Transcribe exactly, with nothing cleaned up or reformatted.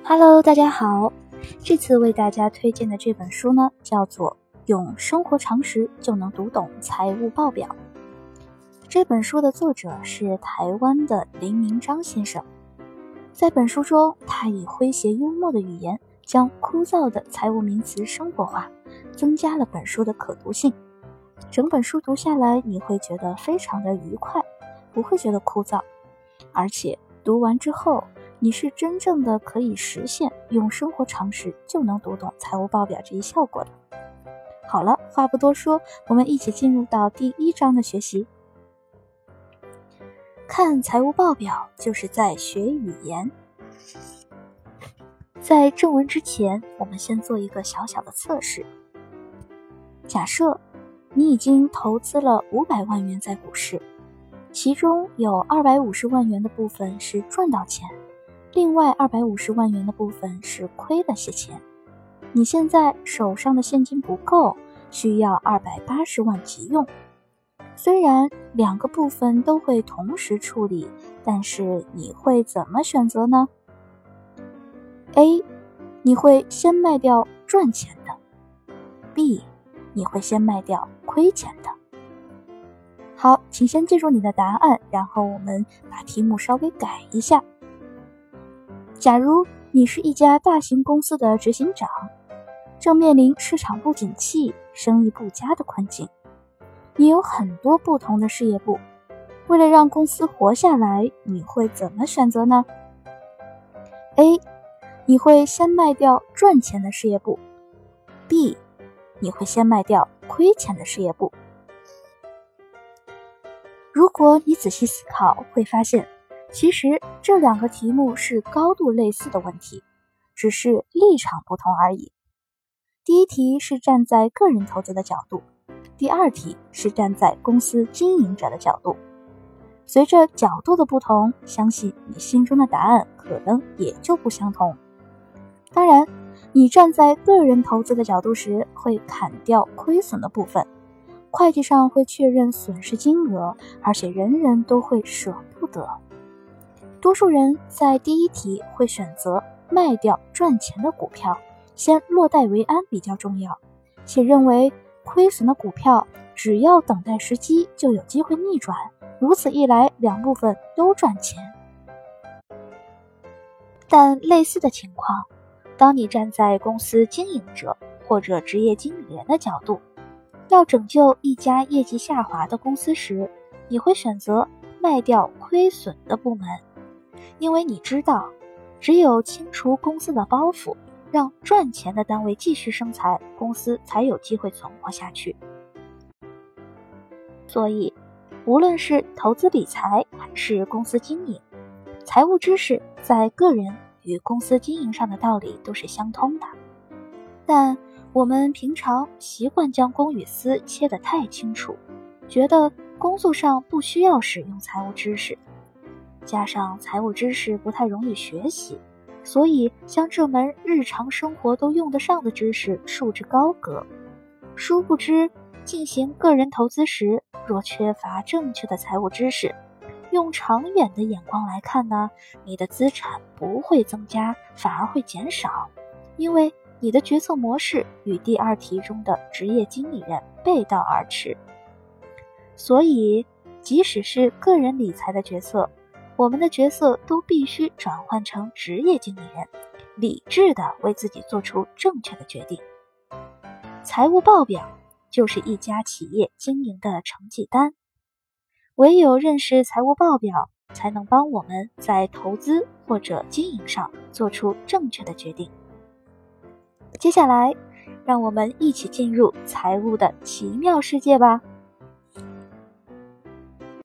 Hello， 大家好。这次为大家推荐的这本书呢，叫做《用生活常识就能读懂财务报表》。这本书的作者是台湾的林明章先生。在本书中，他以诙谐幽默的语言，将枯燥的财务名词生活化，增加了本书的可读性。整本书读下来，你会觉得非常的愉快，不会觉得枯燥，而且读完之后，你是真正的可以实现用生活常识就能读懂财务报表这一效果的。好了，话不多说，我们一起进入到第一章的学习。看财务报表就是在学语言。在正文之前，我们先做一个小小的测试。假设你已经投资了五百万元在股市，其中有二百五十万元的部分是赚到钱，另外二百五十万元的部分是亏了些钱。你现在手上的现金不够，需要二百八十万急用。虽然两个部分都会同时处理，但是你会怎么选择呢？ A. 你会先卖掉赚钱的。 B. 你会先卖掉亏钱的。好，请先记住你的答案，然后我们把题目稍微改一下。假如你是一家大型公司的执行长，正面临市场不景气、生意不佳的困境，你有很多不同的事业部，为了让公司活下来，你会怎么选择呢？ A. 你会先卖掉赚钱的事业部。 B. 你会先卖掉亏钱的事业部。如果你仔细思考，会发现其实这两个题目是高度类似的问题，只是立场不同而已。第一题是站在个人投资的角度，第二题是站在公司经营者的角度。随着角度的不同，相信你心中的答案可能也就不相同。当然，你站在个人投资的角度时，会砍掉亏损的部分，会计上会确认损失金额，而且人人都会舍不得。多数人在第一题会选择卖掉赚钱的股票，先落袋为安比较重要，且认为亏损的股票只要等待时机就有机会逆转，如此一来两部分都赚钱。但类似的情况，当你站在公司经营者或者职业经理人的角度，要拯救一家业绩下滑的公司时，你会选择卖掉亏损的部门，因为你知道，只有清除公司的包袱，让赚钱的单位继续生财，公司才有机会存活下去。所以，无论是投资理财还是公司经营，财务知识在个人与公司经营上的道理都是相通的。但我们平常习惯将公与私切得太清楚，觉得工作上不需要使用财务知识，加上财务知识不太容易学习，所以将这门日常生活都用得上的知识束之高阁。殊不知，进行个人投资时，若缺乏正确的财务知识，用长远的眼光来看呢，你的资产不会增加，反而会减少，因为你的决策模式与第二题中的职业经理人背道而驰。所以，即使是个人理财的决策，我们的角色都必须转换成职业经理人，理智地为自己做出正确的决定。财务报表就是一家企业经营的成绩单，唯有认识财务报表，才能帮我们在投资或者经营上做出正确的决定。接下来，让我们一起进入财务的奇妙世界吧。